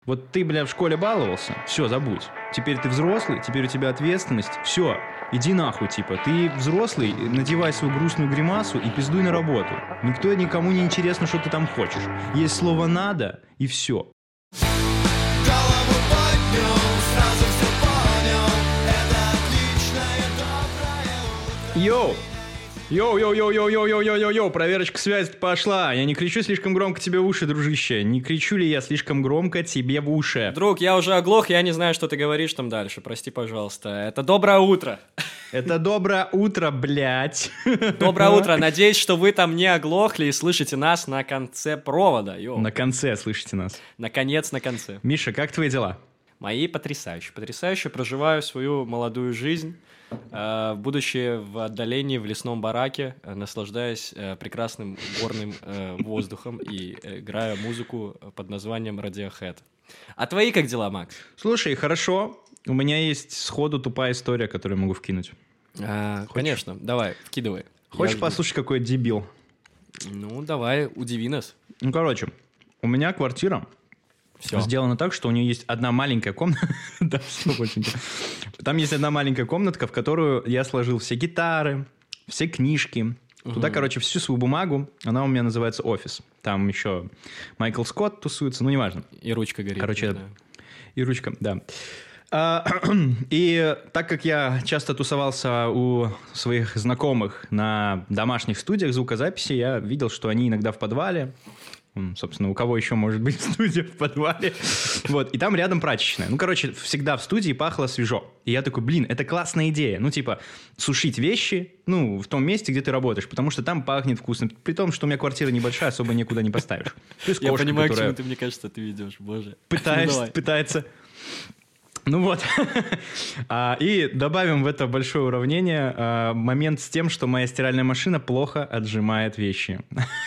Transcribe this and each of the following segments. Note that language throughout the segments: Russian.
Вот ты, бля, в школе баловался, все, забудь. Теперь ты взрослый, теперь у тебя ответственность, все, иди нахуй, типа. Ты взрослый, надевай свою грустную гримасу и пиздуй на работу. Никому не интересно, что ты там хочешь. Есть слово «надо» и все. Голову поднял, сразу все понял. Это отличное доброе утро. Йоу! Йоу, проверочка связи пошла. Я не кричу слишком громко тебе в уши, дружище. Не кричу ли я слишком громко тебе в уши? Друг, я уже оглох, я не знаю, что ты говоришь там дальше. Прости, пожалуйста. Это доброе утро. Это доброе утро, блядь. Доброе утро. Надеюсь, что вы там не оглохли и слышите нас на конце провода. Йоу. На конце слышите нас. Наконец, на конце. Миша, как твои дела? Мои потрясающе. Потрясающе проживаю свою молодую жизнь, будучи в отдалении в лесном бараке, наслаждаясь прекрасным горным воздухом и играя музыку под названием Radiohead. А твои как дела, Макс? Слушай, хорошо. У меня есть сходу тупая история, которую я могу вкинуть. Конечно, давай, вкидывай. Хочешь Я послушать, какой дебил? жду. Ну, давай, удиви нас. Ну, короче, у меня квартира Все. сделано так, что у нее есть одна маленькая комната. Да, все очень. Там есть одна маленькая комнатка, в которую я сложил все гитары, все книжки. Туда, короче, всю свою бумагу. Она у меня называется «Офис». Там еще Майкл Скотт тусуется, ну, неважно. И ручка горит. Короче, не знаю. и ручка, да. И так как я часто тусовался у своих знакомых на домашних студиях звукозаписи, я видел, что они иногда в подвале. Собственно, у кого еще может быть студия в подвале? Вот, и там рядом прачечная. Ну, короче, всегда в студии пахло свежо. И я такой, блин, это классная идея. Ну, типа, сушить вещи, ну, в том месте, где ты работаешь, потому что там пахнет вкусно. При том, что у меня квартира небольшая, особо никуда не поставишь. То есть Я кошка, понимаю, к которая чему ты, мне кажется, ты ведешь, боже. пытается. Ну вот. И добавим в это большое уравнение момент с тем, что моя стиральная машина плохо отжимает вещи.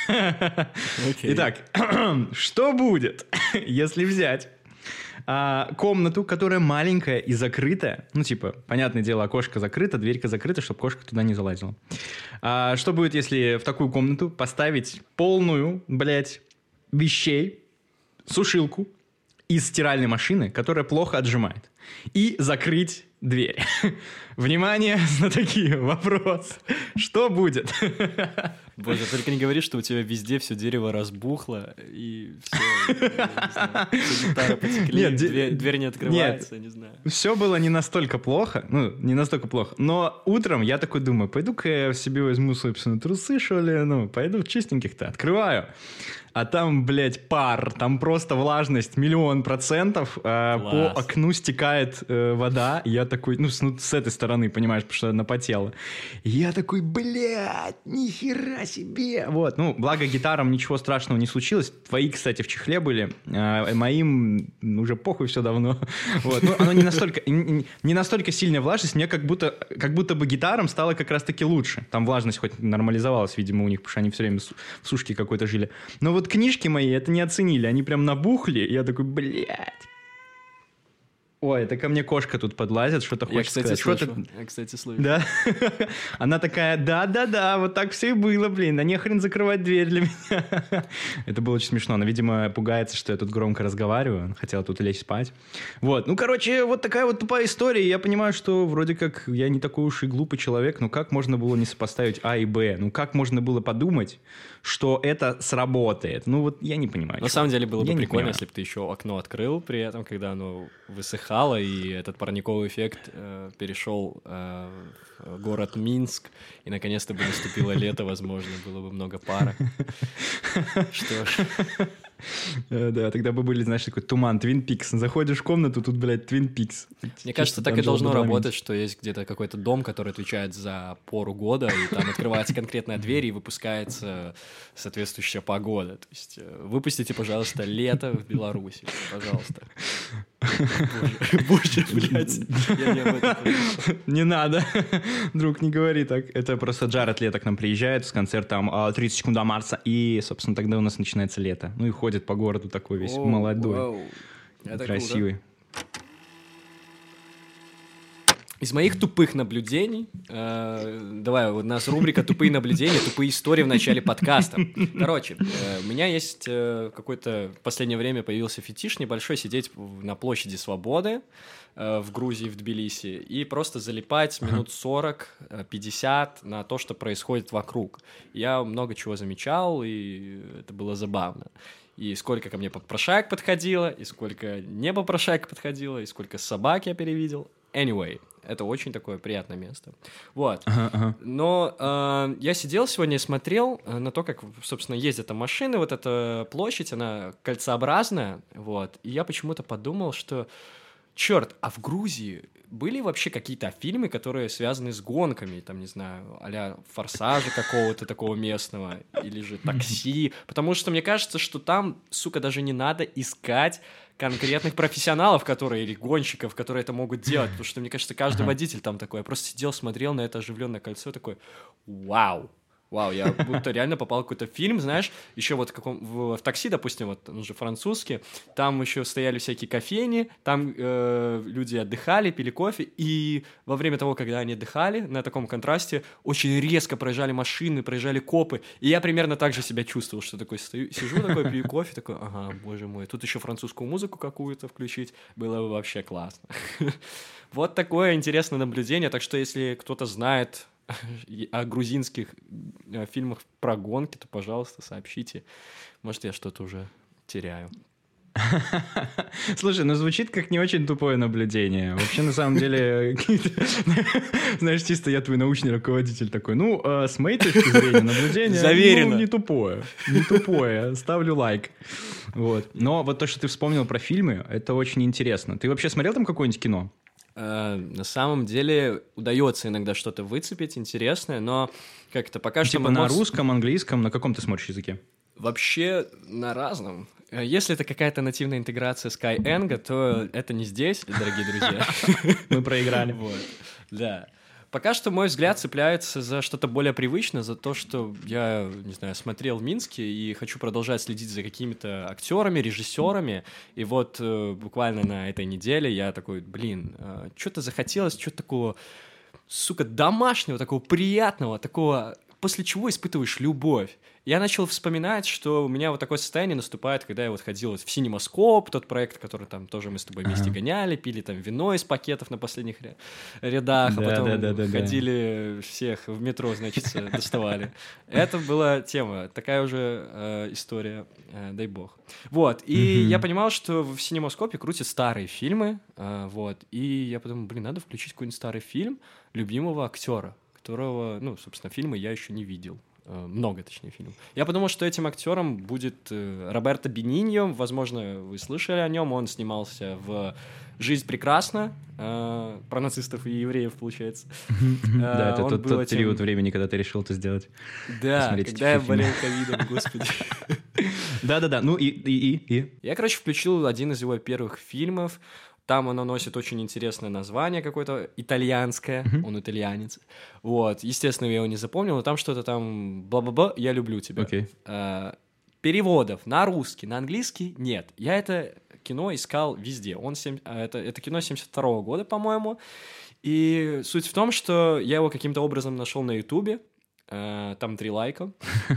Итак, что будет, если взять комнату, которая маленькая и закрытая? Ну, типа, понятное дело, окошко закрыто, дверька закрыта, чтобы кошка туда не залазила. Что будет, если в такую комнату поставить полную, блядь, вещей, сушилку из стиральной машины, которая плохо отжимает, и закрыть дверь? Внимание, знатоки, вопрос. Что будет? Боже, только не говори, что у тебя везде все дерево разбухло, и все гитары потекли, Нет, дверь не открывается, не знаю. Все было не настолько плохо, ну, не настолько плохо, но утром я такой думаю, пойду-ка я себе возьму, собственно, трусы, что ли, ну, пойду в чистеньких-то, открываю. А там, блядь, пар, там просто влажность 1000000%, по окну стекает вода, и я такой, ну, с этой стороны, понимаешь, потому что она потела. И я такой, блядь, нихера себе! Вот, ну, благо гитарам ничего страшного не случилось. Твои, кстати, в чехле были, моим уже похуй все давно. Вот, ну, оно не настолько сильная влажность, мне как будто бы гитарам стало как раз-таки лучше. Там влажность хоть нормализовалась, видимо, у них, потому что они все время в сушке какой-то жили. Но вот книжки мои это не оценили, они прям набухли, и я такой, блядь. Ой, это ко мне кошка тут подлазит, что-то хочет сказать. Я, кстати, слышу. Да? Она такая, да, вот так все и было, блин, а нехрен закрывать дверь для меня. Это было очень смешно. Она, видимо, пугается, что я тут громко разговариваю. Она хотела тут лечь спать. Вот, ну, короче, вот такая вот тупая история. Я понимаю, что вроде как я не такой уж и глупый человек, но как можно было не сопоставить А и Б? Ну, как можно было подумать, что это сработает? Ну, вот я не понимаю. На самом деле было бы Я не прикольно, понимаю. если бы ты еще окно открыл при этом, когда оно высыхало, и этот парниковый эффект перешел в город Минск, и наконец-то бы наступило лето, возможно, было бы много пара. Что ж. Да, тогда бы были, знаешь, такой туман, Twin Peaks. Заходишь в комнату, тут, блядь, Twin Peaks. Мне кажется, так и должно работать, что есть где-то какой-то дом, который отвечает за пору года, и там открывается конкретная дверь, и выпускается соответствующая погода. То есть выпустите, пожалуйста, лето в Беларуси. Пожалуйста. Боже, блядь. Я не об этом подумал. Не надо. Друг, не говори так. Это просто Джаред Лето к нам приезжает с концертом 30 секунд до Марса, и, собственно, тогда у нас начинается лето. Ну и ходит по городу такой весь молодой, Это красивый. Из моих тупых наблюдений, давай, у нас рубрика «Тупые наблюдения», тупые истории в начале подкаста. Короче, у меня есть какой-то в последнее время появился фетиш небольшой сидеть на площади Свободы в Грузии, в Тбилиси, и просто залипать минут 40-50 на то, что происходит вокруг. Я много чего замечал, и это было забавно. И сколько ко мне попрошаек подходило, и сколько не попрошаек подходило, и сколько собак я перевидел. Anyway, это очень такое приятное место. Вот. Но я сидел сегодня и смотрел на то, как, собственно, ездят там машины, вот эта площадь, она кольцеобразная, вот. И я почему-то подумал, что, черт, а в Грузии были вообще какие-то фильмы, которые связаны с гонками, там, не знаю, а-ля «Форсажа» какого-то такого местного, или же «Такси», потому что мне кажется, что там, сука, даже не надо искать конкретных профессионалов, которые, или гонщиков, которые это могут делать, потому что, мне кажется, каждый водитель там такой. Я просто сидел, смотрел на это оживленное кольцо, такой, вау, я будто реально попал в какой-то фильм, знаешь, еще вот в такси, допустим, вот он же французский, там еще стояли всякие кофейни, там люди отдыхали, пили кофе, и во время того, когда они отдыхали, на таком контрасте очень резко проезжали машины, проезжали копы, и я примерно так же себя чувствовал, что такой сижу такой, пью кофе, такой, ага, боже мой, тут еще французскую музыку какую-то включить, было бы вообще классно. Вот такое интересное наблюдение, так что если кто-то знает о грузинских фильмах про гонки, то, пожалуйста, сообщите. Может, я что-то уже теряю. Слушай, ну звучит как не очень тупое наблюдение. Вообще, на самом деле, знаешь, чисто я твой научный руководитель такой. Ну, с моей точки зрения, наблюдение заверено. Ну, не тупое. Ставлю лайк. Вот. Но вот то, что ты вспомнил про фильмы, это очень интересно. Ты вообще смотрел там какое-нибудь кино? На самом деле удается иногда что-то выцепить интересное, но как-то пока что... Типа на русском, английском, на каком ты смотришь языке? Вообще на разном. Если это какая-то нативная интеграция Skyeng, то это не здесь, дорогие друзья. Мы проиграли. Вот. Да. Пока что мой взгляд цепляется за что-то более привычное, за то, что я, не знаю, смотрел в Минске и хочу продолжать следить за какими-то актерами, режиссерами. И вот буквально на этой неделе я такой, блин, что-то захотелось, что-то такого, сука, домашнего, такого приятного, такого, после чего испытываешь любовь. Я начал вспоминать, что у меня вот такое состояние наступает, когда я вот ходил вот в CinemaScope, тот проект, который там тоже мы с тобой вместе гоняли, пили там вино из пакетов на последних рядах, а потом ходили всех в метро, значит, доставали. Это была тема, такая уже история, дай бог. Вот, и я понимал, что в CinemaScope крутят старые фильмы, вот, и я подумал, блин, надо включить какой-нибудь старый фильм любимого актера, которого, ну, собственно, фильмы я еще не видел. Много, точнее, фильмов. Я подумал, что этим актером будет Роберто Бениньо. Возможно, вы слышали о нем. Он снимался в «Жизнь прекрасна». Про нацистов и евреев, получается. Да, это тот период времени, когда ты решил это сделать. Да, когда я болел ковидом, господи. Да-да-да, ну и? Я, короче, включил один из его первых фильмов. Там оно носит очень интересное название какое-то, итальянское, он итальянец. Вот, естественно, я его не запомнил, но там что-то там бла-бла-бла, я люблю тебя. Переводов на русский, на английский нет. Я это кино искал везде. Это кино 72-го года, по-моему. И суть в том, что я его каким-то образом нашел на Ютубе. Там 3 лайка.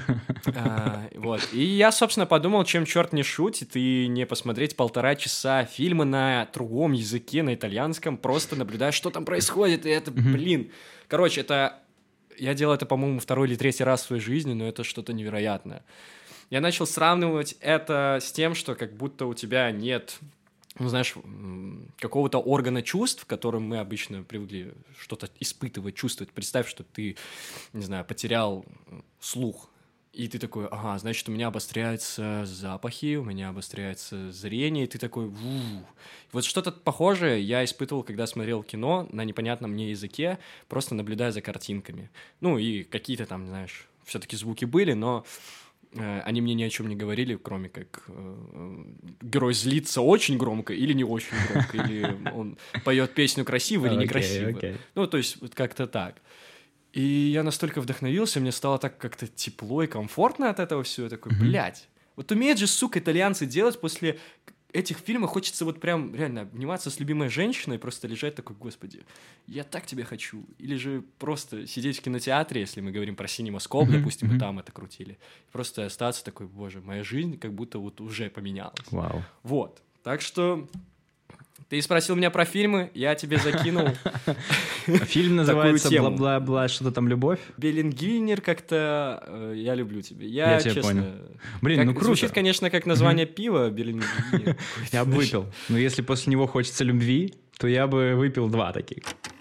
Вот. И я, собственно, подумал, чем черт не шутит, и не посмотреть 1,5 часа фильма на другом языке, на итальянском, просто наблюдая, что там происходит. И это, блин. Короче, это... Я делал это, по-моему, 2-й или 3-й раз в своей жизни, но это что-то невероятное. Я начал сравнивать это с тем, что как будто у тебя нет... ну, знаешь, какого-то органа чувств, которым мы обычно привыкли что-то испытывать, чувствовать. Представь, что ты, не знаю, потерял слух, и ты такой, ага, значит, у меня обостряются запахи, у меня обостряется зрение, и ты такой, Вот что-то похожее я испытывал, когда смотрел кино на непонятном мне языке, просто наблюдая за картинками. Ну, и какие-то там, знаешь, все-таки звуки были, но... Они мне ни о чем не говорили, кроме как герой злится очень громко или не очень громко, или он поет песню красиво или некрасиво. Ну, то есть вот как-то так. И я настолько вдохновился, мне стало так как-то тепло и комфортно от этого всего. Я такой, блядь, вот умеют же, сука, итальянцы делать после этих фильмах хочется вот прям реально обниматься с любимой женщиной, просто лежать такой, господи, я так тебя хочу. Или же просто сидеть в кинотеатре, если мы говорим про CinemaScope, допустим, и там это крутили. Просто остаться такой, боже, моя жизнь как будто вот уже поменялась. Вау. Вот. Так что ты спросил меня про фильмы, я тебе закинул. Фильм называется тему. «Бла-бла-бла», что-то там «Любовь». Беллингвинер как-то «Я люблю тебя». Я тебя честно, понял. Блин, как- ну круто. Звучит, конечно, как название пива Беллингвинер. Я бы выпил. Но если после него хочется любви, то я бы выпил 2 таких.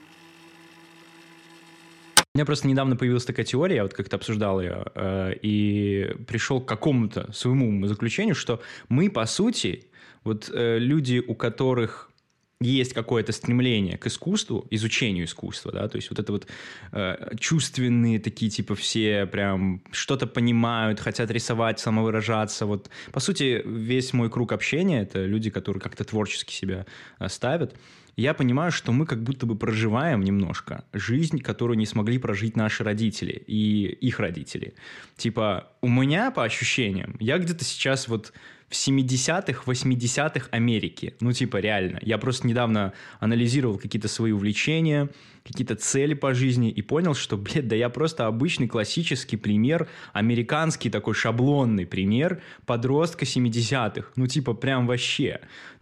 У меня просто недавно появилась такая теория, я вот как-то обсуждал ее, и пришел к какому-то своему заключению, что мы, по сути, вот люди, у которых есть какое-то стремление к искусству, изучению искусства, да, то есть вот это вот чувственные такие, типа, все прям что-то понимают, хотят рисовать, самовыражаться, вот, по сути, весь мой круг общения — это люди, которые как-то творчески себя ставят. Я понимаю, что мы как будто бы проживаем немножко жизнь, которую не смогли прожить наши родители и их родители. Типа, у меня, по ощущениям, я где-то сейчас вот в 70-х, 80-х Америки. Ну, типа, реально. Я просто недавно анализировал какие-то свои увлечения, какие-то цели по жизни и понял, что, блядь, да я просто обычный классический пример, американский такой шаблонный пример подростка 70-х. Ну, типа, прям вообще.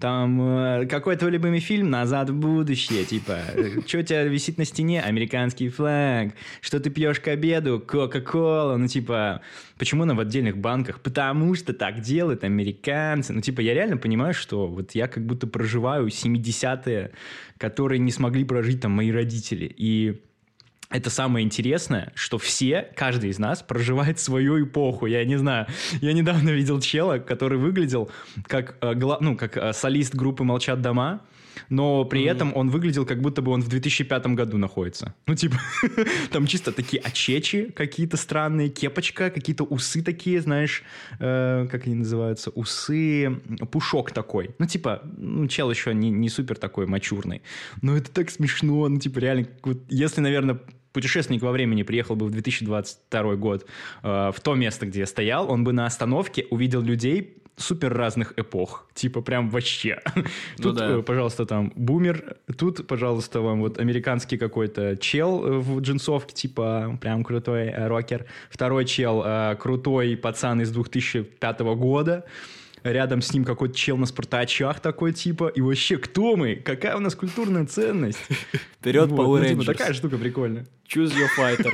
Там какой твой любимый фильм? «Назад в будущее». Типа, что у тебя висит на стене? Американский флаг. Что ты пьешь к обеду? Кока-кола. Ну, типа, почему она в отдельных банках? Потому что так делают американцы. Ну, типа, я реально понимаю, что вот я как будто проживаю 70-е, которые не смогли прожить там мои родители. И это самое интересное, что все, каждый из нас проживает свою эпоху. Я не знаю, я недавно видел чела, который выглядел как, как солист группы «Молчат дома», но при этом он выглядел, как будто бы он в 2005 году находится. Ну, типа, там чисто такие очечи какие-то странные, кепочка, какие-то усы такие, знаешь, как они называются, усы, пушок такой. Ну, типа, чел еще не супер такой мачурный. Но это так смешно, ну, типа, реально, вот, если, наверное, путешественник во времени приехал бы в 2022 год в то место, где я стоял, он бы на остановке увидел людей супер разных эпох. Типа прям вообще. Тут, пожалуйста, там бумер. Тут, пожалуйста, вам вот американский какой-то чел в джинсовке, типа прям крутой рокер. Второй чел крутой пацан из 2005 года. Рядом с ним какой-то чел на спартачах такой, типа. И вообще, кто мы? Какая у нас культурная ценность? Вперед, Power Rangers. Такая штука прикольная. Choose your fighter.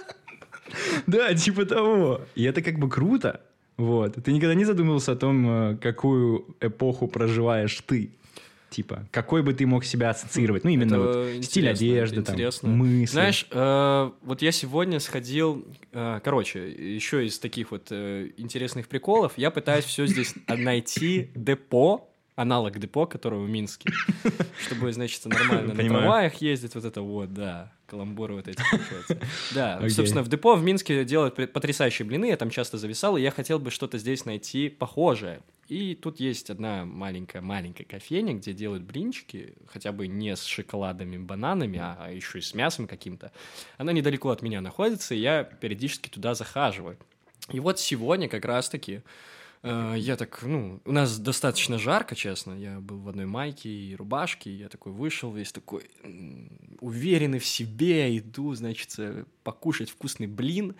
Да, типа того. И это как бы круто. Вот. Ты никогда не задумывался о том, какую эпоху проживаешь ты? Типа, какой бы ты мог себя ассоциировать? Ну, именно вот стиль одежды, там, мысли. Знаешь, вот я сегодня сходил... Короче, еще из таких вот интересных приколов, я пытаюсь все здесь найти депо, аналог депо, которого в Минске, чтобы, значит, нормально на трамваях ездить, вот это вот, да, каламбуры вот эти. Да, собственно, в депо в Минске делают потрясающие блины, я там часто зависал, и я хотел бы что-то здесь найти похожее. И тут есть одна маленькая кофейня, где делают блинчики, хотя бы не с шоколадами, бананами, а еще и с мясом каким-то. Она недалеко от меня находится, и я периодически туда захаживаю. И вот сегодня как раз-таки я так, у нас достаточно жарко, честно. Я был в одной майке и рубашке, и я такой вышел, весь такой уверенный в себе, иду, значит, покушать вкусный блин,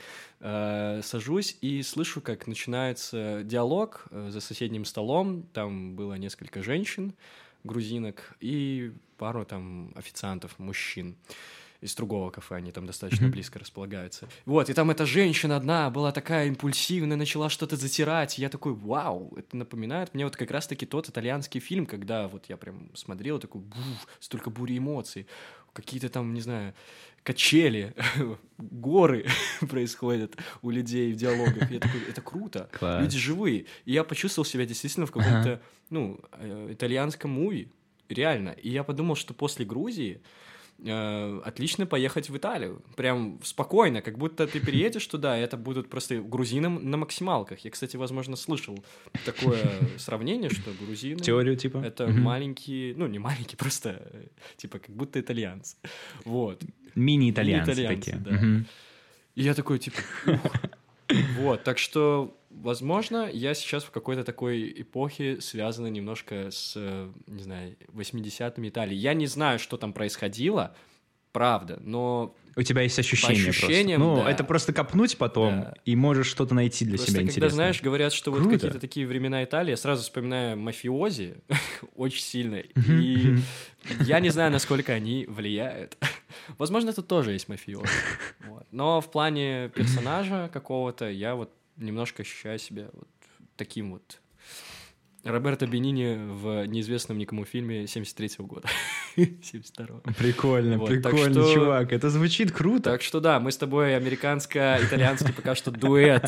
сажусь и слышу, как начинается диалог за соседним столом. Там было несколько женщин, грузинок, и пару там официантов, мужчин. Из другого кафе, они там достаточно близко располагаются. Вот, и там эта женщина одна была такая импульсивная, начала что-то затирать, и я такой, вау, это напоминает мне вот как раз-таки тот итальянский фильм, когда вот я прям смотрел, такой, столько бури эмоций, какие-то там, не знаю, качели, горы происходят у людей в диалогах. Я такой, это круто, Класс. Люди живые. И я почувствовал себя действительно в каком-то, итальянском муви, реально. И я подумал, что после Грузии отлично поехать в Италию. Прям спокойно, как будто ты переедешь туда, и это будут просто грузины на максималках. Я, кстати, возможно, слышал такое сравнение, что грузины... Теорию, типа? Это маленькие... Не маленькие, просто типа как будто итальянцы. Вот. Мини-итальянцы такие. Да. И я такой, типа... Вот, так что Возможно, я сейчас в какой-то такой эпохе, связанной немножко с, не знаю, 80-ми Италии. Я не знаю, что там происходило, правда, но... У тебя есть ощущение просто. Ну, да. это просто копнуть потом, Да. и можешь что-то найти для Просто себя когда, интересное. знаешь, говорят, что вот Круто. какие-то такие времена Италии, я сразу вспоминаю мафиози очень сильно. И я не знаю, насколько они влияют. Возможно, тут тоже есть мафиози. Вот. Но в плане персонажа какого-то я вот немножко ощущаю себя вот таким вот Роберто Бенини в неизвестном никому фильме 73-го года. 72-го. Прикольно, Вот, прикольно, так что- чувак. Это звучит круто. Так что да, мы с тобой американско-итальянский пока что дуэт.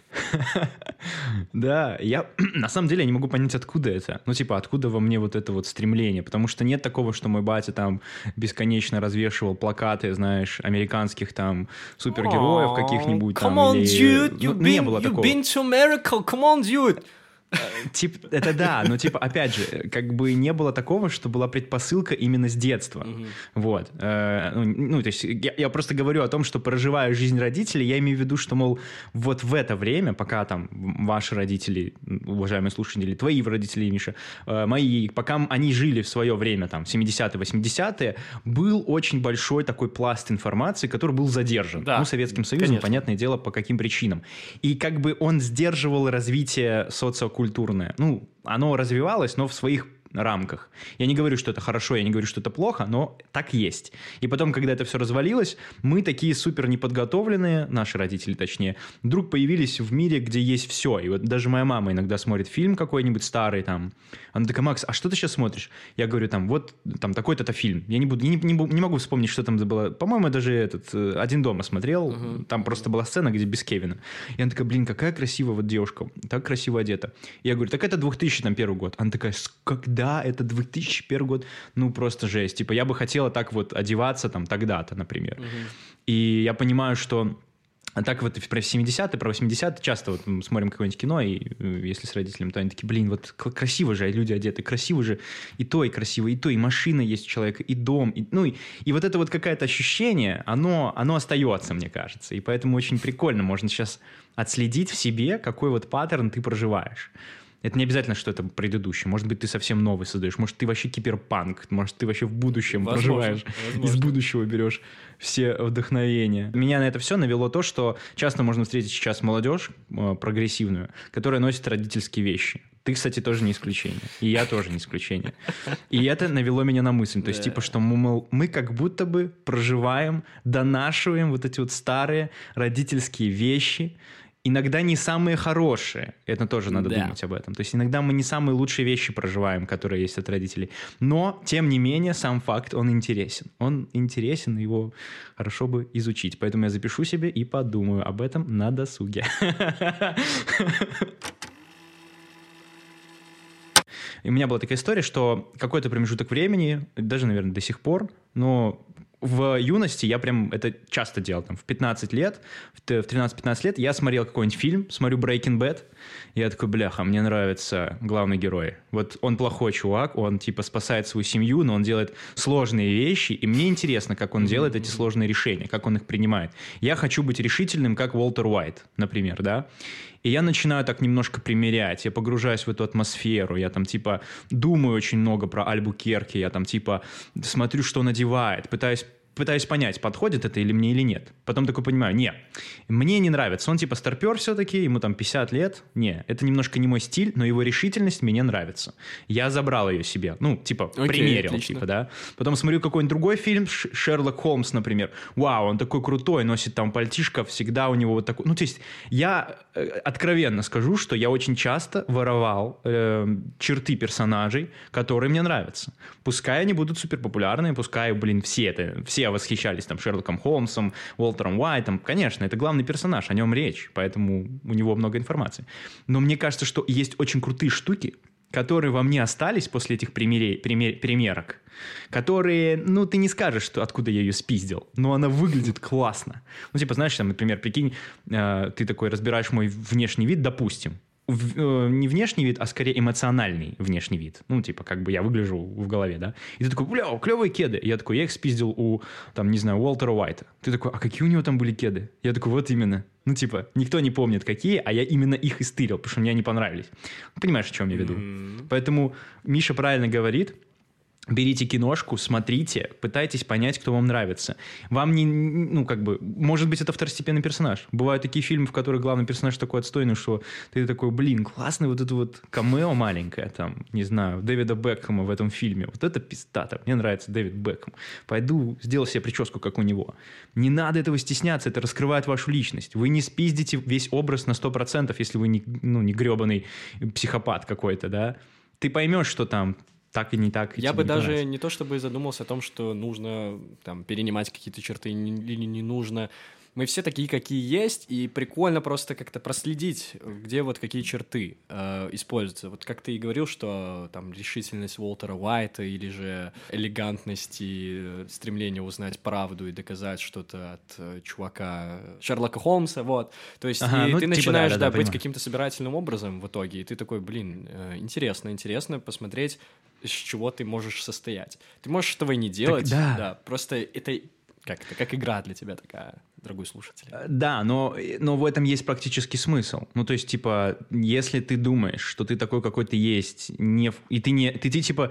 Да, я на самом деле я не могу понять, откуда это. Ну, типа, откуда во мне вот это вот стремление. Потому что нет такого, что мой батя там бесконечно развешивал плакаты, знаешь, американских там супергероев каких-нибудь там. Come on, или- dude, Ну, не было you've такого. been to America, come on, dude. Типа, это да, но типа, опять же, как бы не было такого, что была предпосылка именно с детства. Вот. Ну, то есть я просто говорю о том, что проживая жизнь родителей, я имею в виду, что, мол, вот в это время, пока там ваши родители, уважаемые слушатели, твои родители, Миша, мои, пока они жили в свое время, там, 70-е, 80-е, был очень большой такой пласт информации, который был задержан. Да, Ну, Советским Союзом, конечно. понятное дело, по каким причинам. И как бы он сдерживал развитие социокультурное. Ну, оно развивалось, но в своих рамках. Я не говорю, что это хорошо, я не говорю, что это плохо, но так есть. И потом, когда это все развалилось, мы такие супер неподготовленные, наши родители точнее, вдруг появились в мире, где есть все. И вот даже моя мама иногда смотрит фильм какой-нибудь старый там. Она такая: Макс, а что ты сейчас смотришь? Я говорю, там, вот там такой-то фильм. Я не могу вспомнить, что там было. По-моему, я даже этот «Один дома» смотрел. Там просто была сцена, где без Кевина. И она такая: блин, какая красивая вот девушка, так красиво одета. Я говорю, так это 2001 год. Она такая: когда это 2001 год? Ну, просто жесть. Типа, я бы хотела так вот одеваться там тогда-то, например. И я понимаю, что а так вот про 70-е, про 80-е часто вот мы смотрим какое-нибудь кино, и если с родителями, то они такие: блин, вот красиво же люди одеты, красиво же и то, и красиво, и то, и машина есть у человека, и дом, и, ну, и вот это вот какое-то ощущение, оно остается, мне кажется, и поэтому очень прикольно, можно сейчас отследить в себе, какой вот паттерн ты проживаешь. Это не обязательно, что это предыдущий. Может быть, ты совсем новый создаешь. Может, ты вообще киберпанк. Может, ты вообще в будущем проживаешь. Из будущего берешь все вдохновения. Меня на это все навело то, что часто можно встретить сейчас молодежь прогрессивную, которая носит родительские вещи. Ты, кстати, тоже не исключение. И я тоже не исключение. И это навело меня на мысль. То есть, типа, что мы как будто бы проживаем, донашиваем вот эти вот старые родительские вещи, иногда не самые хорошие. Это тоже надо думать об этом. То есть иногда мы не самые лучшие вещи проживаем, которые есть от родителей. Но, тем не менее, сам факт, он интересен. Он интересен, его хорошо бы изучить. Поэтому я запишу себе и подумаю об этом на досуге. И у меня была такая история, что какой-то промежуток времени, даже, наверное, до сих пор, но в юности я прям это часто делал. Там, в 15 лет, в 13-15 лет я смотрел какой-нибудь фильм, смотрю Breaking Bad, и я такой: бляха, мне нравится главный герой. Вот он плохой чувак, он типа спасает свою семью, но он делает сложные вещи, и мне интересно, как он делает эти сложные решения, как он их принимает. Я хочу быть решительным, как Уолтер Уайт, например, да. И я начинаю так немножко примерять, я погружаюсь в эту атмосферу, я там типа думаю очень много про Альбукерке, я там типа смотрю, что он одевает, пытаюсь понять, подходит это или мне, или нет. Потом такой понимаю: не, мне не нравится. Он типа старпер все-таки, ему там 50 лет. Не, это немножко не мой стиль, но его решительность мне нравится. Я забрал ее себе. Ну, типа, примерил, отлично. типа, да. Потом смотрю какой-нибудь другой фильм, Шерлок Холмс, например. Вау, он такой крутой, носит там пальтишко, всегда у него вот такой... Ну, то есть я откровенно скажу, что я очень часто воровал черты персонажей, которые мне нравятся. Пускай они будут суперпопулярные, пускай, блин, все восхищались там Шерлоком Холмсом, Уолтером Уайтом. Конечно, это главный персонаж, о нем речь, поэтому у него много информации. Но мне кажется, что есть очень крутые штуки, которые во мне остались после этих примерок, которые, ну, ты не скажешь, что откуда я ее спиздил, но она выглядит классно. Ну, типа, знаешь, там, например, прикинь, ты такой разбираешь мой внешний вид, допустим, не внешний вид, а скорее эмоциональный внешний вид. Ну, типа, как бы я выгляжу в голове, да? И ты такой, бля, клевые кеды. Я такой, я их спиздил у, там, не знаю, Уолтера Уайта. Ты такой, а какие у него там были кеды? Я такой, вот именно. Ну, типа, никто не помнит, какие, а я именно их и стырил, потому что мне они понравились. Понимаешь, о чем я веду? Поэтому Миша правильно говорит. Берите киношку, смотрите, пытайтесь понять, кто вам нравится. Вам не, ну, как бы, может быть, это второстепенный персонаж. Бывают такие фильмы, в которых главный персонаж такой отстойный, что ты такой, блин, классный вот это вот камео маленькое, там, не знаю, Дэвида Бекхэма в этом фильме. Вот это пиздато. Мне нравится Дэвид Бекхэм. Пойду сделаю себе прическу, как у него. Не надо этого стесняться, это раскрывает вашу личность. Вы не спиздите весь образ на 100%, если вы не гребаный психопат какой-то, да. Ты поймешь, что там так и не так. Я бы даже не то чтобы задумался о том, что нужно там перенимать какие-то черты или не нужно. Мы все такие, какие есть, и прикольно просто как-то проследить, где вот какие черты используются. Вот как ты и говорил, что там решительность Уолтера Уайта или же элегантность и стремление узнать правду и доказать что-то от чувака Шерлока Холмса, вот. То есть ты типа, начинаешь быть понимаю. каким-то собирательным образом в итоге, и ты такой, блин, интересно посмотреть, из чего ты можешь состоять. Ты можешь этого и не делать, Так, да, просто это как игра для тебя такая, дорогой слушатель. Да, но в этом есть практический смысл. Ну, то есть, типа, если ты думаешь, что ты такой, какой ты есть, и ты типа,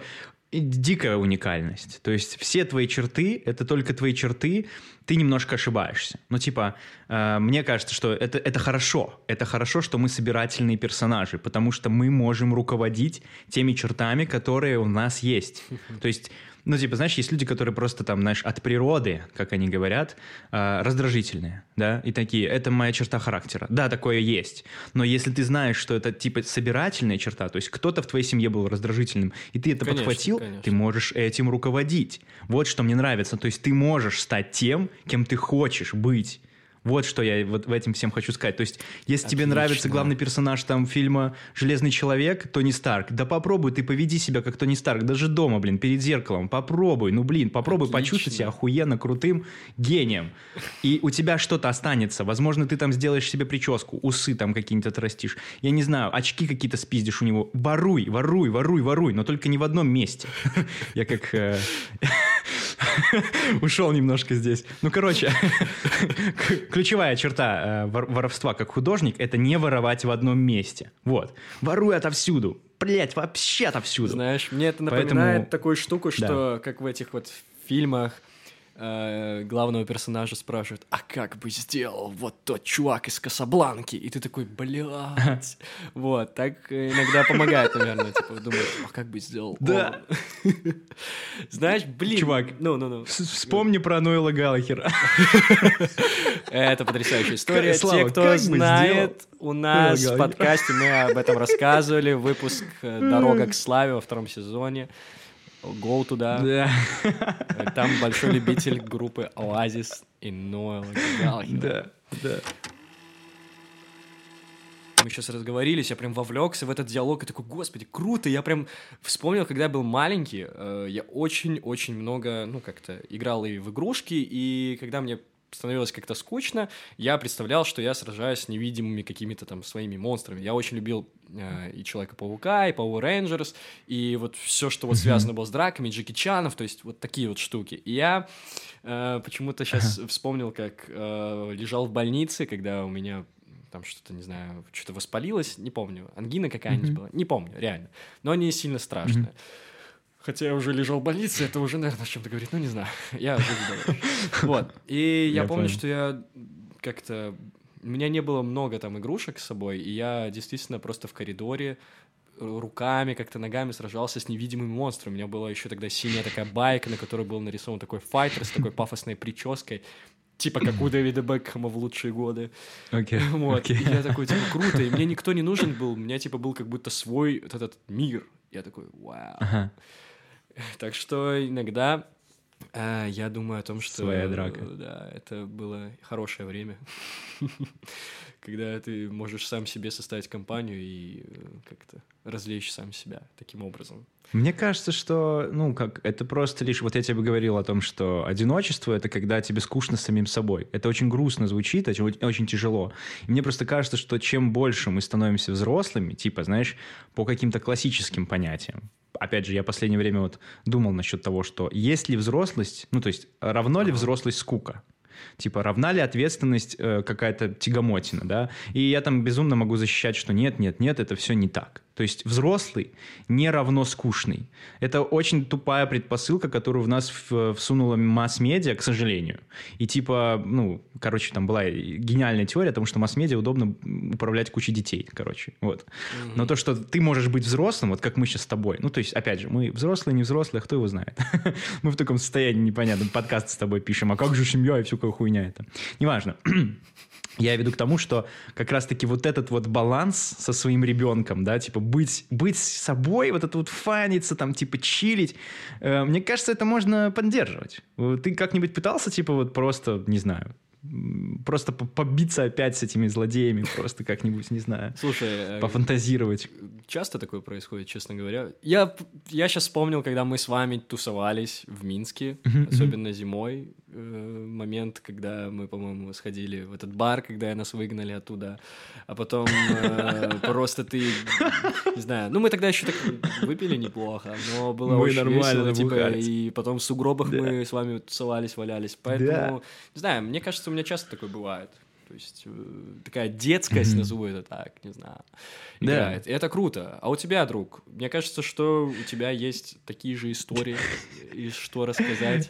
дикая уникальность. То есть все твои черты, это только твои черты, ты немножко ошибаешься. Ну, типа, мне кажется, что это хорошо. Это хорошо, что мы собирательные персонажи, потому что мы можем руководить теми чертами, которые у нас есть. То есть, ну, типа, знаешь, есть люди, которые просто там, знаешь, от природы, как они говорят, раздражительные, да, и такие, это моя черта характера. Да, такое есть. Но если ты знаешь, что это, типа, собирательная черта, то есть кто-то в твоей семье был раздражительным, и ты это подхватил, ты можешь этим руководить. Вот что мне нравится. То есть ты можешь стать тем, кем ты хочешь быть. Вот что я вот в этом всем хочу сказать. То есть, если тебе нравится главный персонаж там фильма «Железный человек», Тони Старк, да попробуй ты поведи себя как Тони Старк, даже дома, блин, перед зеркалом, попробуй, попробуй почувствовать себя охуенно крутым гением. И у тебя что-то останется. Возможно, ты там сделаешь себе прическу, усы там какие-нибудь отрастишь. Я не знаю, очки какие-то спиздишь у него. Воруй, но только не в одном месте. Я как... Ушел немножко здесь. Ну, короче, ключевая черта воровства как художник — это не воровать в одном месте. Вот. Воруй отовсюду. Блять, вообще отовсюду. Знаешь, мне это напоминает такую штуку, что как в этих вот фильмах главного персонажа спрашивают, а как бы сделал вот тот чувак из Касабланки? И ты такой, блядь. Вот, так иногда помогает, наверное, типа, думаешь, а как бы сделал? Да. Знаешь, блин. Чувак, вспомни про Ноэла Галлахера. Это потрясающая история. Слава, те, кто знает, у нас в подкасте мы об этом рассказывали. Выпуск «Дорога к славе» во 2 сезоне. Go туда. Да. Там большой любитель группы Oasis и Ноэла Галлахера. Да. Мы сейчас разговорились, я прям вовлекся в этот диалог и такой, господи, круто, я прям вспомнил, когда я был маленький, я очень-очень много, как-то играл и в игрушки, и когда мне становилось как-то скучно, я представлял, что я сражаюсь с невидимыми какими-то там своими монстрами. Я очень любил и Человека-паука, и Power Rangers, и вот все, что вот связано было с драками, Джеки Чанов, то есть вот такие вот штуки. И я почему-то сейчас вспомнил, как лежал в больнице, когда у меня там что-то, не знаю, что-то воспалилось, не помню, ангина какая-нибудь была, не помню, реально, но не сильно страшная. Хотя я уже лежал в больнице, это уже, наверное, о чем-то говорит, не знаю. Я жив-здоров. Вот. И я помню, что я как-то... У меня не было много там игрушек с собой, и я действительно просто в коридоре руками, как-то ногами сражался с невидимыми монстрами. У меня была еще тогда синяя такая байка, на которой был нарисован такой файтер с такой пафосной прической, типа как у Дэвида Бекхэма в лучшие годы. Вот. И я такой, типа, круто. И мне никто не нужен был. У меня, типа, был как будто свой вот этот мир. Я такой, вау. Так что иногда я думаю о том, что... Своя драка. Да, это было хорошее время. когда ты можешь сам себе составить компанию и как-то развлечь сам себя таким образом. Мне кажется, что, ну, как, это просто лишь... Вот я тебе говорил о том, что одиночество — это когда тебе скучно с самим собой. Это очень грустно звучит, очень, очень тяжело. И мне просто кажется, что чем больше мы становимся взрослыми, типа, знаешь, по каким-то классическим понятиям, опять же, я в последнее время вот думал насчет того, что есть ли взрослость, ну, то есть равно ли взрослость скука? Типа, равна ли ответственность какая-то тягомотина, да? И я там безумно могу защищать, что нет, это все не так. То есть взрослый не равно скучный. Это очень тупая предпосылка, которую в нас всунула масс-медиа, к сожалению. И типа, ну, короче, там была гениальная теория о том, что масс-медиа удобно управлять кучей детей, короче, вот. Но то, что ты можешь быть взрослым, вот как мы сейчас с тобой, ну, то есть, опять же, мы взрослые, не взрослые, кто его знает? Мы в таком состоянии непонятном, подкаст с тобой пишем, а как же семья и всю какая хуйня это? Неважно. Я веду к тому, что как раз-таки вот этот вот баланс со своим ребенком, да, типа быть собой, вот это вот фаниться, там, типа чилить, мне кажется, это можно поддерживать. Ты как-нибудь пытался, типа, вот просто, не знаю, просто побиться опять с этими злодеями, просто как-нибудь, не знаю, слушай, пофантазировать? Часто такое происходит, честно говоря. Я сейчас вспомнил, когда мы с вами тусовались в Минске, особенно зимой, момент, когда мы, по-моему, сходили в этот бар, когда нас выгнали оттуда, а потом просто ты, не знаю, ну мы тогда еще так выпили неплохо, но было очень весело, типа, и потом в сугробах мы с вами тусовались, валялись, поэтому, не знаю, мне кажется, у меня часто такое бывает. То есть такая детскость, назову это так, не знаю, играет. И это круто. А у тебя, друг, мне кажется, что у тебя есть такие же истории, и что рассказать.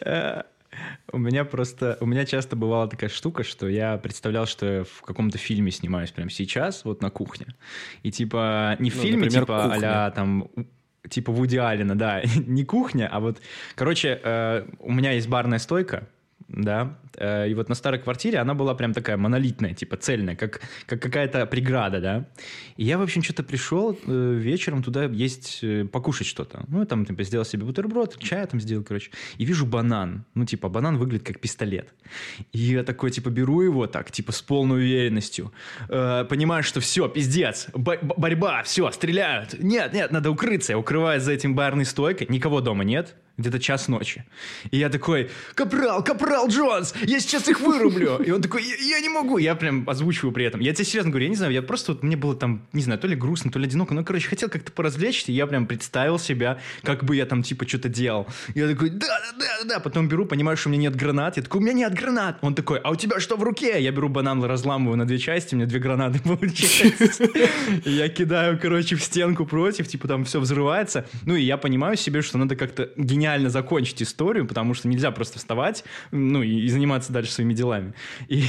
У меня часто бывала такая штука, что я представлял, что я в каком-то фильме снимаюсь прямо сейчас, вот на кухне. И типа не в фильме, например, типа а-ля там... Типа Вуди Аллена, да, не кухня, а вот... Короче, у меня есть барная стойка, да, и вот на старой квартире она была прям такая монолитная, типа цельная, как какая-то преграда, да. И я, в общем, что-то пришел вечером туда есть покушать что-то. Ну, там, типа, сделал себе бутерброд, чай там сделал, короче. И вижу банан. Ну, типа, банан выглядит как пистолет. И я такой, типа, беру его так, типа, с полной уверенностью. Понимаю, что все, пиздец, борьба, все, стреляют. Нет, надо укрыться. Я укрываюсь за этим барной стойкой. Никого дома нет. Где-то час ночи. И я такой: Капрал Джонс, я сейчас их вырублю. И он такой: я не могу. Я прям озвучиваю при этом. Я тебе серьезно говорю, я не знаю, я просто вот, мне было там, не знаю, то ли грустно, то ли одиноко, но, короче, хотел как-то поразвлечься, и я прям представил себя, как бы я там, типа, что-то делал. И я такой: да. Потом беру, понимаю, что у меня нет гранат. Я такой: у меня нет гранат. Он такой: а у тебя что в руке? Я беру банан, разламываю на 2 части, у меня 2 гранаты получается. И я кидаю, короче, в стенку против, типа, там все взрывается. Ну, и я понимаю себе, что надо как-то гениально закончить историю, потому что нельзя просто вставать, ну, и заниматься дальше своими делами. И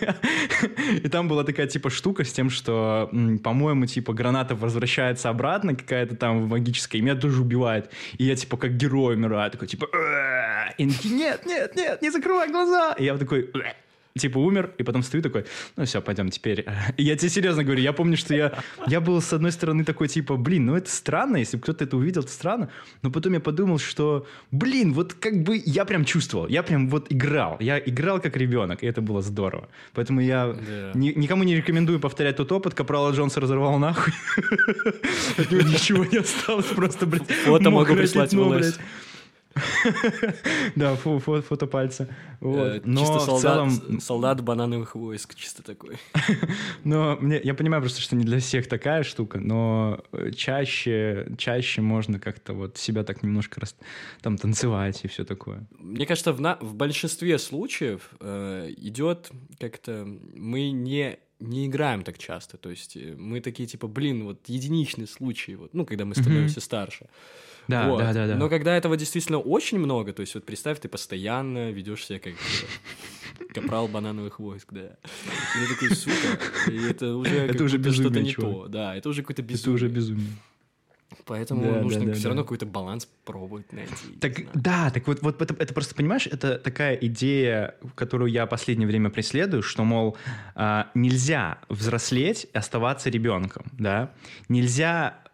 там была такая, типа, штука с тем, что, по-моему, типа, граната возвращается обратно, какая-то там магическая, и меня тоже убивает. И я, типа, как герой умираю, такой, типа, и они такие: нет, не закрывай глаза. И я такой, типа, умер, и потом стою такой: ну все, пойдем теперь. И я тебе серьезно говорю, я помню, что я был, с одной стороны, такой, типа, блин, ну это странно, если бы кто-то это увидел, это странно, но потом я подумал, что, блин, вот как бы я прям чувствовал, я прям вот играл, я играл как ребенок, и это было здорово. Поэтому я никому не рекомендую повторять тот опыт. Капрала Джонса разорвал нахуй. От него ничего не осталось, просто, блядь, фото могу прислать в ЛС. Да, фото пальца. Вот. Но чисто в целом... солдат банановых войск, чисто такой. Но я понимаю просто, что не для всех такая штука, но чаще можно как-то вот себя так немножко там танцевать и все такое. Мне кажется, в большинстве случаев идет как-то... Мы не играем так часто, то есть мы такие, типа, блин, вот единичный случай, вот, ну, когда мы становимся старше. Да, вот. Да. Но когда этого действительно очень много, то есть вот представь, ты постоянно ведешь себя как капрал банановых войск, да. И ты такой: сука, и это уже безумие, что-то не то. Да, это уже какое-то безумие. Это уже безумие. Поэтому нужно все равно какой-то баланс пробовать найти. Так вот это просто, понимаешь, это такая идея, которую я в последнее время преследую, что, мол, нельзя взрослеть и оставаться ребенком, да? Нельзя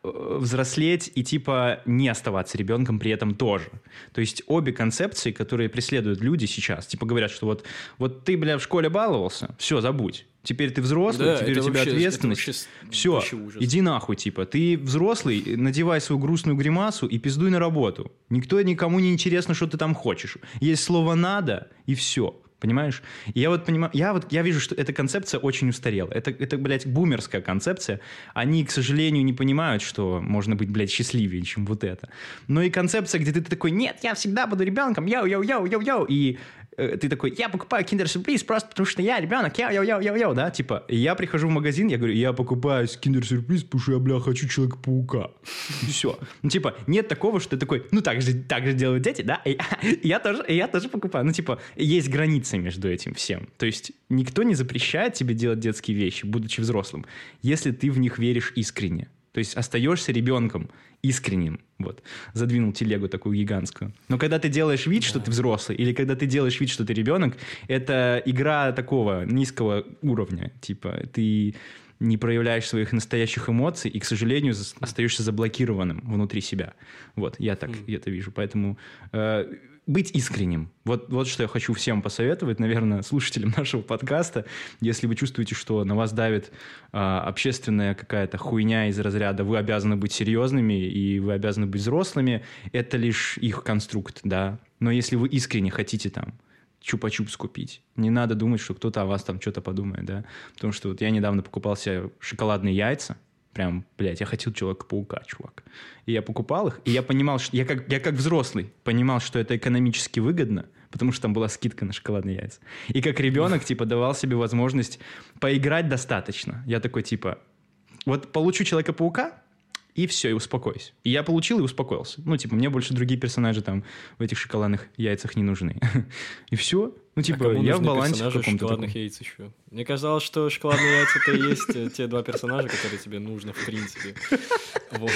взрослеть и типа не оставаться ребенком при этом тоже. То есть обе концепции, которые преследуют люди сейчас, типа говорят, что вот ты, бля, в школе баловался, все, забудь. Теперь ты взрослый, Да, теперь у тебя вообще- ответственность. Все, вообще ужас. иди нахуй, типа. Ты взрослый, надевай свою грустную гримасу и пиздуй на работу. Никому не интересно, что ты там хочешь. Есть слово «надо» и все. Понимаешь? И я вот понимаю, я вижу, что эта концепция очень устарела. Это, блядь, бумерская концепция. Они, к сожалению, не понимают, что можно быть, блядь, счастливее, чем вот это. Но и концепция, где ты такой: нет, я всегда буду ребенком, йоу. И ты такой: я покупаю киндер-сюрприз просто потому, что я ребенок, йоу, да? Типа, и я прихожу в магазин, я говорю: я покупаю киндер-сюрприз, потому что я, бля, хочу Человека-паука. И все. Ну, типа, нет такого, что ты такой: ну, так же делают дети, да? И я тоже покупаю. Ну, типа, есть границы между этим всем. То есть никто не запрещает тебе делать детские вещи, будучи взрослым, если ты в них веришь искренне. То есть остаешься ребенком искренним. Вот. Задвинул телегу такую гигантскую. Но когда ты делаешь вид, что ты взрослый, или когда ты делаешь вид, что ты ребенок, это игра такого низкого уровня. Типа ты не проявляешь своих настоящих эмоций и, к сожалению, остаешься заблокированным внутри себя. Вот, я так это вижу. Поэтому быть искренним. Вот что я хочу всем посоветовать, наверное, слушателям нашего подкаста. Если вы чувствуете, что на вас давит общественная какая-то хуйня из разряда «вы обязаны быть серьезными и вы обязаны быть взрослыми», это лишь их конструкт, да. Но если вы искренне хотите там чупа-чупс купить, не надо думать, что кто-то о вас там что-то подумает, да. Потому что вот я недавно покупал себе шоколадные яйца. Прям, блядь, я хотел Человека-паука, чувак. И я покупал их, и я понимал, что... Я как взрослый понимал, что это экономически выгодно, потому что там была скидка на шоколадные яйца. И как ребенок, типа, давал себе возможность поиграть достаточно. Я такой, типа, вот получу Человека-паука, и все, и успокойся. И я получил и успокоился. Ну, типа, мне больше другие персонажи там в этих шоколадных яйцах не нужны. И все. Ну, типа, я в балансе в каком-то шоколадных таком. яиц еще. Мне казалось, что шоколадные яйца это и есть те два персонажа, которые тебе нужно в принципе. Вот.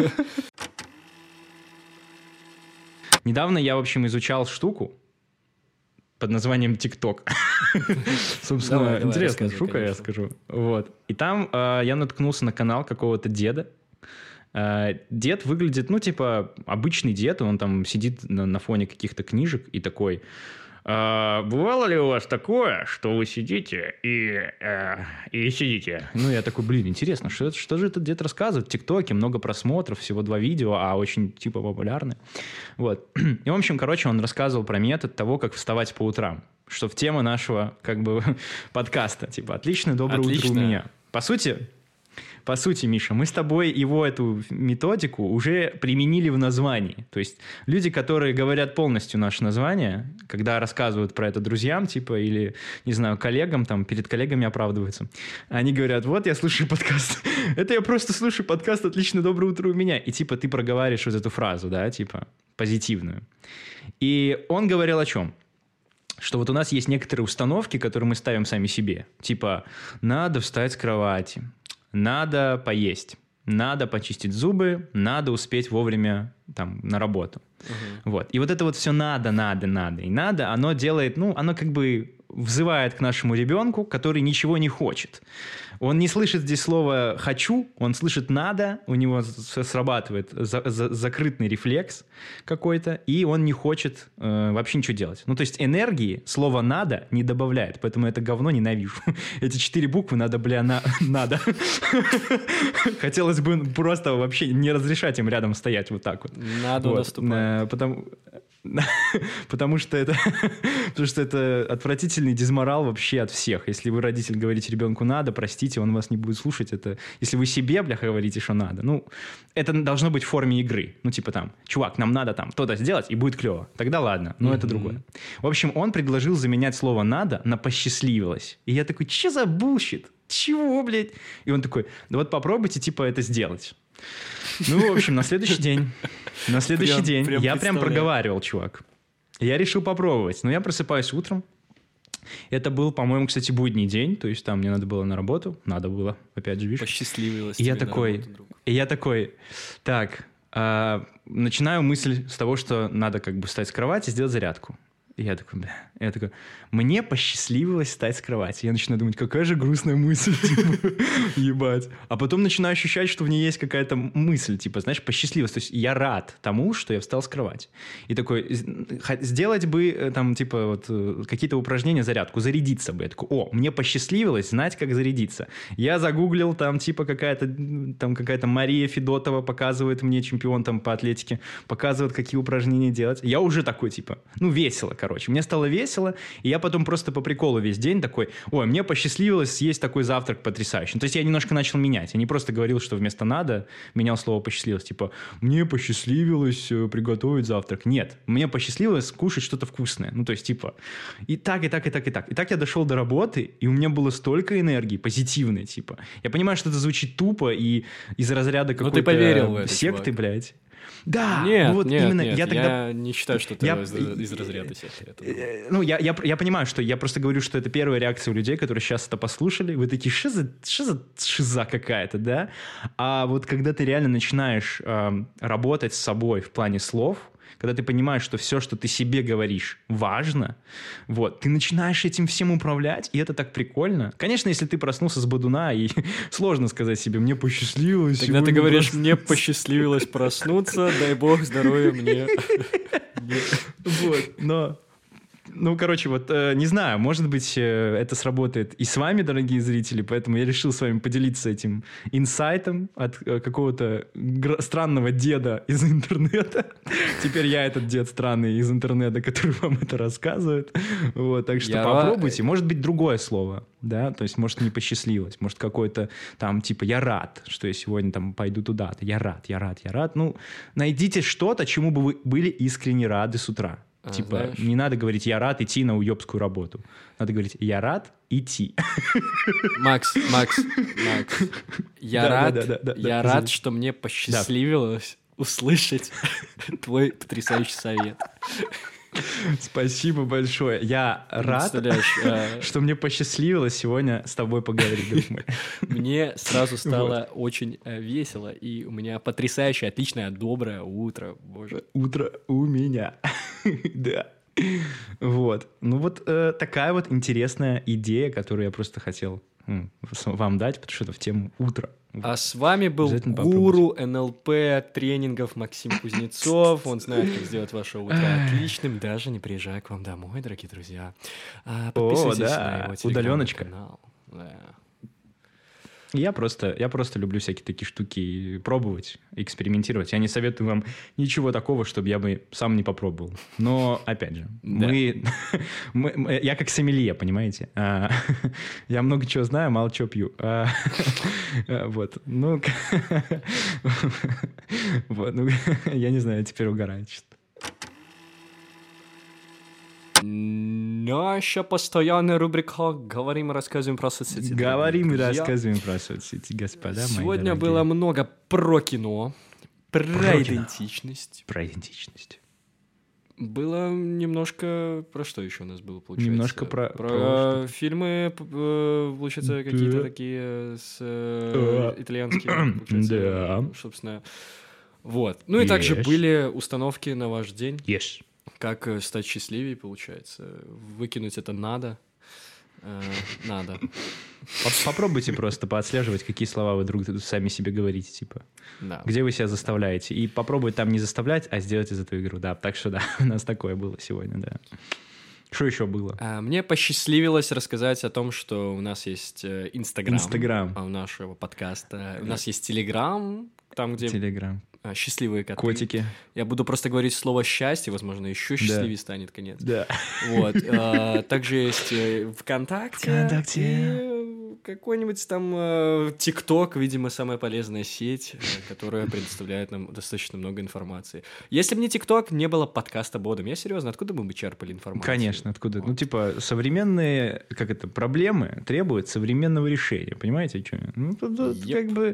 Недавно я, в общем, изучал штуку под названием TikTok. Собственно, Давай, интересная рассказывай, штука, я конечно. скажу. Вот. И там я наткнулся на канал какого-то деда. Дед выглядит, ну, типа, обычный дед. Он там сидит на фоне каких-то книжек и такой: бывало ли у вас такое, что вы сидите и сидите? Ну, я такой: блин, интересно, что же этот дед рассказывает? В ТикТоке много просмотров, всего 2 видео, а очень, типа, популярны. Вот. И, в общем, короче, он рассказывал про метод того, как вставать по утрам, что в тему нашего, как бы, подкаста. Типа, отличное доброе утро у Отлично. меня. По сути, Миша, мы с тобой эту методику уже применили в названии. То есть люди, которые говорят полностью наше название, когда рассказывают про это друзьям, типа, или, не знаю, коллегам, там, перед коллегами оправдываются, они говорят: вот я слушаю подкаст. Это я просто слушаю подкаст «Отлично, доброе утро у меня». И, типа, ты проговариваешь вот эту фразу, да, типа, позитивную. И он говорил о чем? Что вот у нас есть некоторые установки, которые мы ставим сами себе. Типа, надо встать с кровати, надо поесть, надо почистить зубы, надо успеть вовремя там на работу. Вот. И вот это вот все надо, и надо, оно делает, ну, оно как бы взывает к нашему ребенку, который ничего не хочет. Он не слышит здесь слова «хочу», он слышит «надо», у него срабатывает закрытный рефлекс какой-то, и он не хочет вообще ничего делать. Ну, то есть энергии слово «надо» не добавляет, поэтому это говно ненавижу. Эти 4 буквы надо, бля, надо. Хотелось бы просто вообще не разрешать им рядом стоять вот так вот. Надо наступать. Потому что это отвратительный дизморал вообще от всех. Если вы, родитель, говорите ребенку «надо», простите, он вас не будет слушать. Это если вы себе, бляха, говорите, что надо. Ну, это должно быть в форме игры. Ну, типа там: чувак, нам надо там то-то сделать, и будет клево. Тогда ладно, но это другое. В общем, он предложил заменять слово «надо» на «посчастливилось». И я такой: че за булщит? Чего, блядь? И он такой: да вот попробуйте, типа, это сделать. Ну, в общем, на следующий день я прям проговаривал, чувак. Я решил попробовать. Но я просыпаюсь утром. Это был, по-моему, кстати, будний день. То есть там мне надо было на работу. Надо было, опять же, видишь. Посчастливилось. И я такой, так, начинаю мысль с того, что надо как бы встать с кровати и сделать зарядку. И я такой, мне посчастливилось встать с кровати. Я начинаю думать, какая же грустная мысль, типа, ебать. А потом начинаю ощущать, что в ней есть какая-то мысль, типа, знаешь, посчастливилось. То есть я рад тому, что я встал с кровати. И такой, сделать бы там, типа, вот какие-то упражнения, зарядку, зарядиться бы. Я такой, мне посчастливилось знать, как зарядиться. Я загуглил, там, типа, какая-то Мария Федотова показывает мне, чемпион там по атлетике, показывает, какие упражнения делать. Я уже такой, типа, весело, короче. Мне стало весело, и я потом просто по приколу весь день такой, мне посчастливилось съесть такой завтрак потрясающий. То есть я немножко начал менять. Я не просто говорил, что вместо «надо» менял слово «посчастливилось». Типа, мне посчастливилось приготовить завтрак. Нет, мне посчастливилось кушать что-то вкусное. То есть, типа, и так, и так, и так, и так. И так я дошел до работы, и у меня было столько энергии, позитивной, типа. Я понимаю, что это звучит тупо и из разряда какой-то ты поверил в это, секты, чувак. блядь. Да, нет, именно нет, я тогда... Я не считаю, что это из разряда секты. Я понимаю, что я просто говорю, что это первая реакция у людей, которые сейчас это послушали. Вы такие, что за шиза какая-то, да? А вот когда ты реально начинаешь работать с собой в плане слов, когда ты понимаешь, что все, что ты себе говоришь, важно, вот, ты начинаешь этим всем управлять, и это так прикольно. Конечно, если ты проснулся с бодуна, и сложно сказать себе, мне посчастливилось. Тогда ты говоришь, мне посчастливилось проснуться, дай бог здоровья мне. Вот, но... короче, вот, не знаю, может быть, это сработает и с вами, дорогие зрители, поэтому я решил с вами поделиться этим инсайтом от какого-то странного деда из интернета. Теперь я этот дед странный из интернета, который вам это рассказывает. Вот, так что попробуйте. Может быть, другое слово, да, то есть, может, не посчастливилось, может, какое-то там, типа, я рад, что я сегодня там пойду туда-то, я рад. Найдите что-то, чему бы вы были искренне рады с утра. Типа, знаешь, не надо говорить «я рад идти на уебскую работу». Надо говорить «я рад идти». Макс, я рад, что мне посчастливилось услышать твой потрясающий совет. Спасибо большое. Я рад, что мне посчастливилось сегодня с тобой поговорить, друг мой. Мне сразу стало очень весело, и у меня потрясающее, отличное, доброе утро. Боже. Утро у меня. Да. Вот. Такая вот интересная идея, которую я просто хотел вам дать, потому что это в тему утра. А с вами был гуру НЛП тренингов Максим Кузнецов. Он знает, как сделать ваше утро отличным, даже не приезжая к вам домой, дорогие друзья. Подписывайтесь на его телеграм-канал. Я просто люблю всякие такие штуки пробовать, экспериментировать. Я не советую вам ничего такого, чтобы я бы сам не попробовал. Но, опять же, я как сомелье, понимаете? Я много чего знаю, мало чего пью. Вот. Я не знаю, я теперь угораю чисто. Наша постоянная рубрика «Говорим и рассказываем про соцсети». Говорим и рассказываем про соцсети, господа мои Сегодня дорогие. было много про кино, про идентичность. Про идентичность. Было немножко... Про что еще у нас было, получается? Немножко про фильмы, получается, какие-то такие с итальянские, получается, собственно. Вот. И также были установки на ваш день. Yes. Как стать счастливее, получается. Выкинуть это надо. Надо. Попробуйте просто поотслеживать, какие слова вы вдруг сами себе говорите, типа. Да. Где вы себя заставляете. И попробуйте там не заставлять, а сделать из этого игру. Да, так что да, у нас такое было сегодня, да. Что еще было? Мне посчастливилось рассказать о том, что у нас есть Инстаграм. У нашего подкаста. У нас есть Телеграм, там, где... Телеграм. Счастливые коты. Котики. Я буду просто говорить слово «счастье», возможно, еще счастливее станет конец. Да. Вот. Также есть ВКонтакте. И какой-нибудь там ТикТок, видимо, самая полезная сеть, которая предоставляет нам достаточно много информации. Если бы не ТикТок, не было подкаста Бодом. Я серьезно, откуда мы бы черпали информацию? Конечно, откуда? Вот. Современные, проблемы требуют современного решения. Понимаете, о чем я?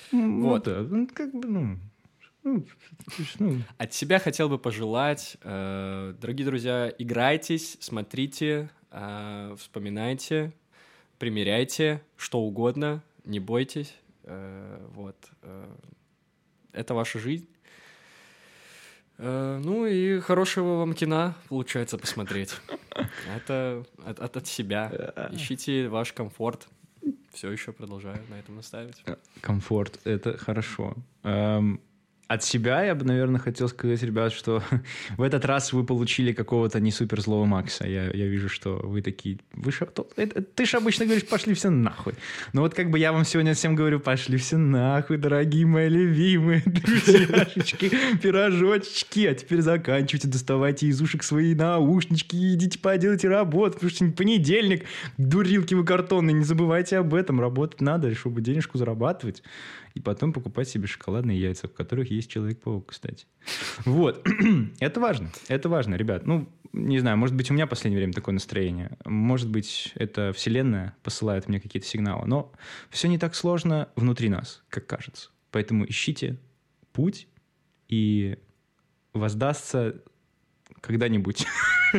От себя хотел бы пожелать, дорогие друзья, играйтесь, смотрите, вспоминайте, примеряйте что угодно, не бойтесь. Вот. Это ваша жизнь. Ну и хорошего вам кино получается посмотреть. Это от себя. Ищите ваш комфорт. Все еще продолжаю на этом настаивать. Комфорт — это хорошо. От себя я бы, наверное, хотел сказать, ребят, что в этот раз вы получили какого-то не супер злого Макса. Я вижу, что вы такие... Ты же обычно говоришь, пошли все нахуй. Но вот как бы я вам сегодня всем говорю, пошли все нахуй, дорогие мои любимые друзьяшечки, пирожочки. А теперь заканчивайте, доставайте из ушек свои наушнички и идите поделайте работу, потому что понедельник, дурилки вы картонные, не забывайте об этом. Работать надо, чтобы денежку зарабатывать. И потом покупать себе шоколадные яйца, в которых есть Человек-паук, кстати. Вот. Это важно, ребят. Ну, не знаю, может быть, у меня в последнее время такое настроение. Может быть, это вселенная посылает мне какие-то сигналы. Но все не так сложно внутри нас, как кажется. Поэтому ищите путь, и воздастся когда-нибудь.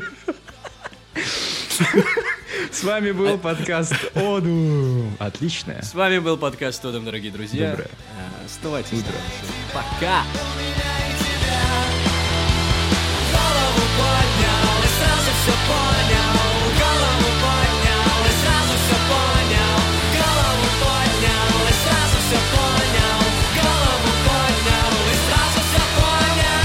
С вами был подкаст «Одум». Отлично. С вами был подкаст «Одум», дорогие друзья. Доброе. Оставайтесь. Пока. Голову поднял и сразу все понял. Голову поднял и сразу все понял. Голову поднял и сразу все понял. Голову поднял и сразу все понял.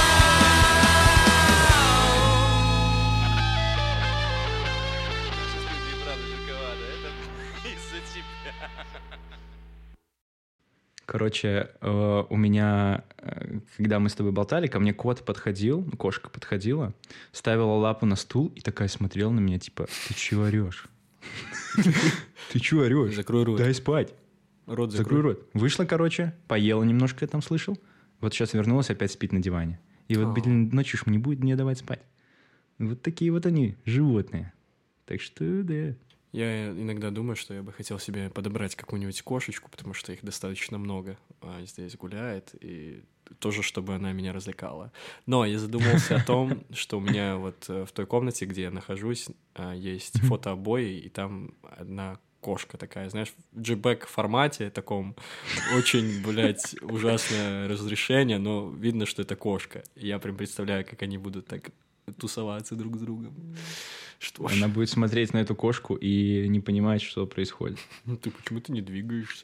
Короче, у меня, когда мы с тобой болтали, ко мне кошка подходила, ставила лапу на стул и такая смотрела на меня, типа, ты чего орешь? Ты чего орешь? Закрой рот. Дай спать. Рот Закрой рот. Вышла, короче, поела немножко, я там слышал. Вот сейчас вернулась, опять спит на диване. И вот, блин, ночью ж не будет мне давать спать. Вот такие вот они, животные. Так что, да. Я иногда думаю, что я бы хотел себе подобрать какую-нибудь кошечку, потому что их достаточно много здесь гуляет, и тоже, чтобы она меня развлекала. Но я задумался о том, что у меня вот в той комнате, где я нахожусь, есть фотообои, и там одна кошка такая, знаешь, в JPEG формате таком, очень, блядь, ужасное разрешение, но видно, что это кошка. И я прям представляю, как они будут так тусоваться друг с другом. Что ж. Она будет смотреть на эту кошку и не понимать, что происходит. Ну ты почему-то не двигаешься.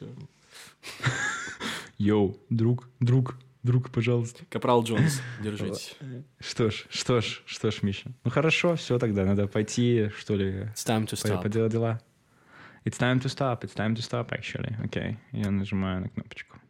Йоу, друг, пожалуйста. Капрал Джонс, держитесь. Что ж, Миша. Ну хорошо, все тогда, надо пойти, что ли, It's time to stop. поделать дела. It's time to stop, actually. Окей, я нажимаю на кнопочку.